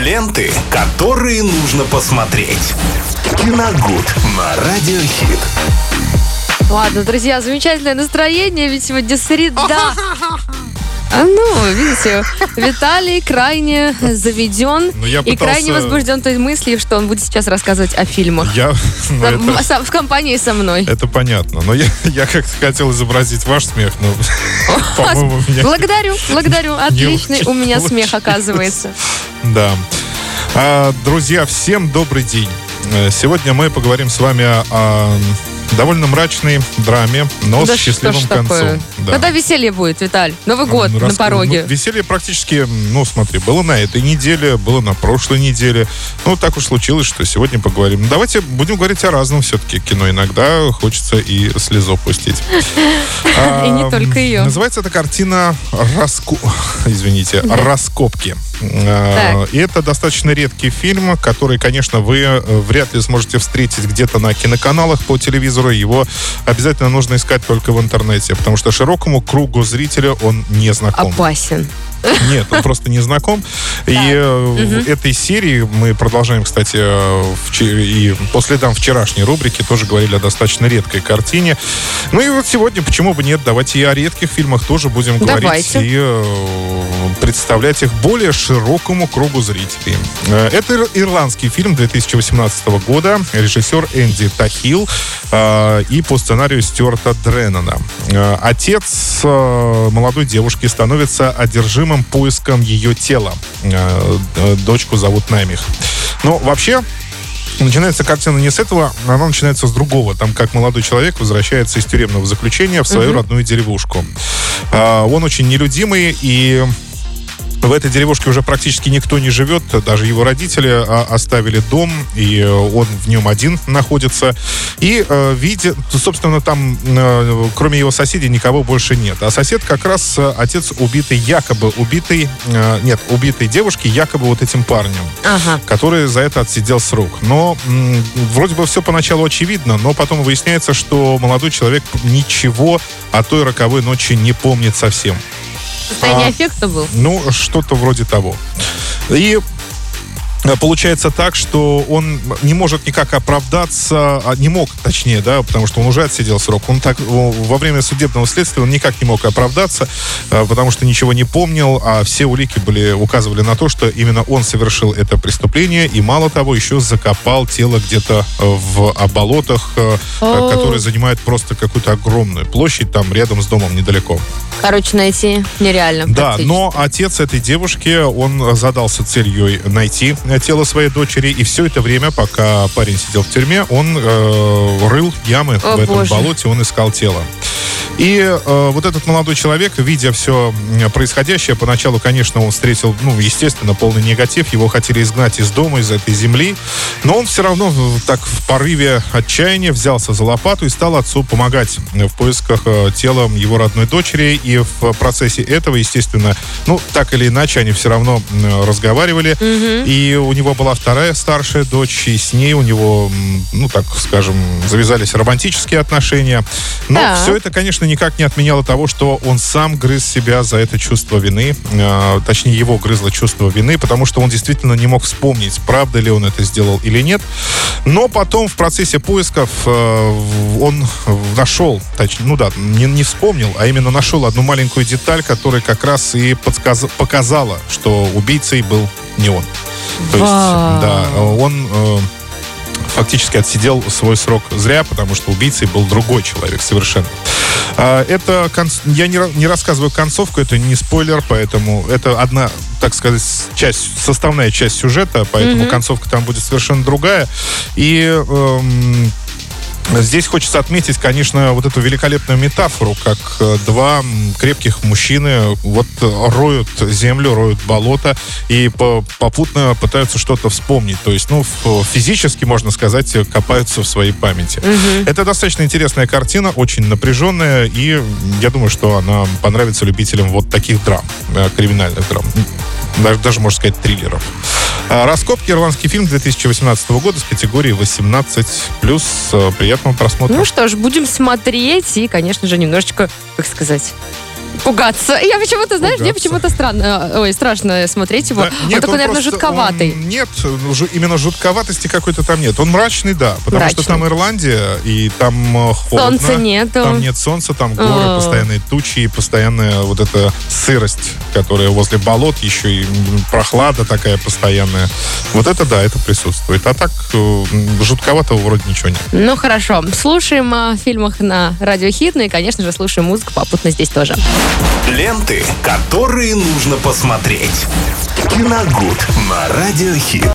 Ленты, которые нужно посмотреть. Киногуд на Радиохит. Ладно, друзья, замечательное настроение, ведь сегодня среда. Видите, Виталий крайне заведен и крайне возбужден той мыслью, что он будет сейчас рассказывать о фильмах. В компании со мной. Это понятно. Но я как-то хотел изобразить ваш смех, но, по-моему, у меня... Благодарю. Отличный у меня смех, оказывается. Да. Друзья, всем добрый день. Сегодня мы поговорим с вами о довольно мрачной драме, но с счастливым концом. Да. Когда веселье будет, Виталь? Новый год на пороге. Веселье практически, смотри, было на этой неделе, было на прошлой неделе. Так уж случилось, что сегодня поговорим. Давайте будем говорить о разном все-таки кино. Иногда хочется и слезу пустить. И не только ее. Называется эта картина «Раскопки». И это достаточно редкий фильм, который, конечно, вы вряд ли сможете встретить где-то на киноканалах по телевизору. Его обязательно нужно искать только в интернете, потому что широкому кругу зрителя он не знаком. Опасен. Нет, он просто не знаком. И в этой серии мы продолжаем, кстати, и по следам вчерашней рубрики тоже говорили о достаточно редкой картине. И вот сегодня, почему бы нет, давайте и о редких фильмах тоже будем говорить и представлять их более широкому кругу зрителей. Это ирландский фильм 2018 года, режиссер Энди Тахил и по сценарию Стюарта Дреннана. Отец молодой девушки становится одержимым поиском ее тела. Дочку зовут Намих. Но вообще начинается картина не с этого, она начинается с другого. Там как молодой человек возвращается из тюремного заключения в свою родную деревушку. Он очень нелюдимый, и в этой деревушке уже практически никто не живет, даже его родители оставили дом, и он в нем один находится. И видит, собственно, там, кроме его соседей, никого больше нет. А сосед как раз отец убитой девушки, якобы вот этим парнем, который за это отсидел срок. Но вроде бы все поначалу очевидно, но потом выясняется, что молодой человек ничего о той роковой ночи не помнит совсем. Состояние аффекта был? Что-то вроде того. И получается так, что он не может никак оправдаться, не мог, точнее, потому что он уже отсидел срок. Он так во время судебного следствия он никак не мог оправдаться, потому что ничего не помнил, а все улики указывали на то, что именно он совершил это преступление, и мало того, еще закопал тело где-то в болотах, которые занимают просто какую-то огромную площадь, там рядом с домом недалеко. Короче, найти нереально. Да, но отец этой девушки, он задался целью найти тело своей дочери, и все это время, пока парень сидел в тюрьме, он рыл ямы в этом болоте, он искал тело. И вот этот молодой человек, видя все происходящее, поначалу, конечно, он встретил, естественно, полный негатив, его хотели изгнать из дома, из этой земли, но он все равно так в порыве отчаяния взялся за лопату и стал отцу помогать в поисках тела его родной дочери, и в процессе этого, естественно, так или иначе, они все равно разговаривали, и у него была вторая старшая дочь, и с ней у него, так скажем, завязались романтические отношения, но все это, конечно, никак не отменяло того, что он сам грыз себя за это чувство вины, точнее, его грызло чувство вины, потому что он действительно не мог вспомнить, правда ли он это сделал или нет. Но потом в процессе поисков он нашел, не вспомнил, а именно нашел одну маленькую деталь, которая как раз и показала, что убийцей был не он. То есть, он фактически отсидел свой срок зря, потому что убийцей был другой человек совершенно. Я не рассказываю концовку, это не спойлер, поэтому это одна, так сказать, составная часть сюжета, поэтому концовка там будет совершенно другая. И здесь хочется отметить, конечно, вот эту великолепную метафору, как два крепких мужчины роют землю, роют болото и попутно пытаются что-то вспомнить. То есть, физически, можно сказать, копаются в своей памяти. Это достаточно интересная картина, очень напряженная, и я думаю, что она понравится любителям вот таких драм, криминальных драм. Даже, можно сказать, триллеров. «Раскопки» — ирландский фильм 2018 года с категории 18+. Приятного просмотра. Что ж, будем смотреть и, конечно же, немножечко, как сказать, Пугаться. Я почему-то, знаешь, мне почему-то страшно смотреть его. Да, нет, он такой, наверное, жутковатый. Нет, именно жутковатости какой-то там нет. Он мрачный, да, потому что там Ирландия, и там холодно. Солнца нету. Там нет солнца, там горы, постоянные тучи, и постоянная вот эта сырость, которая возле болот, еще и прохлада такая постоянная. Вот это, да, это присутствует. А так, жутковатого вроде ничего нет. Ну, хорошо. Слушаем о фильмах на Радио Хит, ну и, конечно же, слушаем музыку попутно здесь тоже. Ленты, которые нужно посмотреть. Киногуд на Радио Хит.